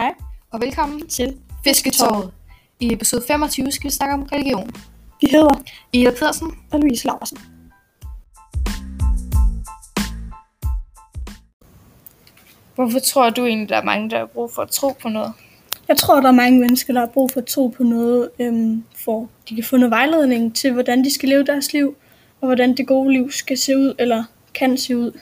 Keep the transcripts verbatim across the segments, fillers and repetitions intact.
Hej og velkommen til Fisketorvet. I episode femogtyve skal vi snakke om religion. Vi hedder Ida Pedersen og Louise Laursen. Hvorfor tror du egentlig, der er mange, der har brug for at tro på noget? Jeg tror, der er mange mennesker, der har brug for at tro på noget, øhm, for de kan få noget vejledning til, hvordan de skal leve deres liv, og hvordan det gode liv skal se ud, eller kan se ud.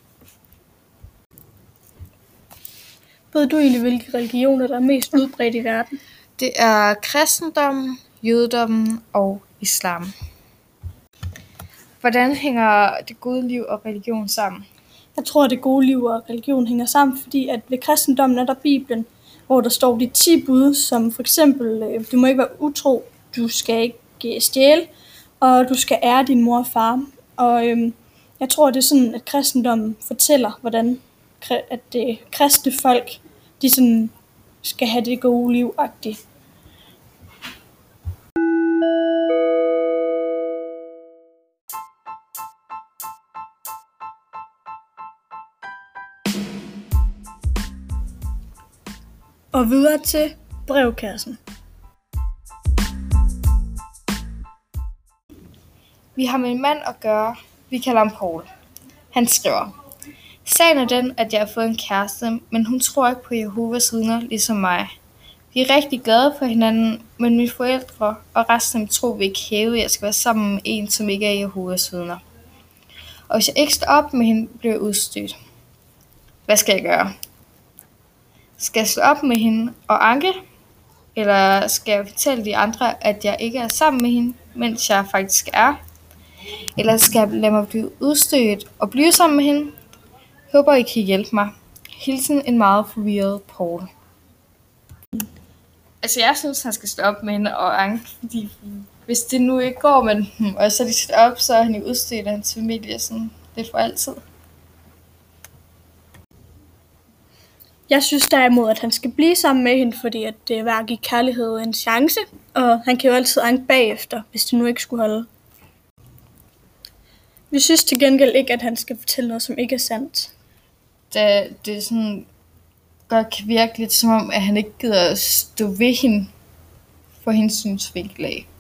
Ved du egentlig, hvilke religioner, der er mest udbredt i verden? Det er kristendommen, jødedommen og islam. Hvordan hænger det gode liv og religion sammen? Jeg tror, at det gode liv og religion hænger sammen, fordi at ved kristendommen er der Bibelen, hvor der står de ti bud, som for eksempel, øh, du må ikke være utro, du skal ikke stjæle, og du skal ære din mor og far. Og øhm, jeg tror, det er sådan, at kristendommen fortæller, hvordan at det kristne folk, de sådan skal have det gode liv-agtigt. Og videre til brevkassen. Vi har med en mand at gøre. Vi kalder ham Paul. Han skriver: Sagen er den, at jeg har fået en kæreste, men hun tror ikke på Jehovas vidner ligesom mig. Vi er rigtig glade for hinanden, men mine forældre og resten af min tro vil ikke hæve, at jeg skal være sammen med en, som ikke er Jehovas vidner. Og hvis jeg ikke står op med hende, bliver jeg udstødt. Hvad skal jeg gøre? Skal jeg slå op med hende og anke? Eller skal jeg fortælle de andre, at jeg ikke er sammen med hende, mens jeg faktisk er? Eller skal jeg lade mig blive udstødt og blive sammen med hende? Håber, I kan hjælpe mig. Hilsen en meget forvirret Paul. Altså, jeg synes, han skal slå op med hende og anke, fordi hvis det nu ikke går med dem, og så de slår op, så er han jo udstødt af hans familie sådan lidt for altid. Jeg synes derimod, at han skal blive sammen med hende, fordi at det er værd at give kærlighed en chance, og han kan jo altid anke bagefter, hvis det nu ikke skulle holde. Vi synes til gengæld ikke, at han skal fortælle noget, som ikke er sandt. Det, det er sådan, godt kan virke lidt som om, at han ikke gider stå ved hende for hendes synsvinkel af.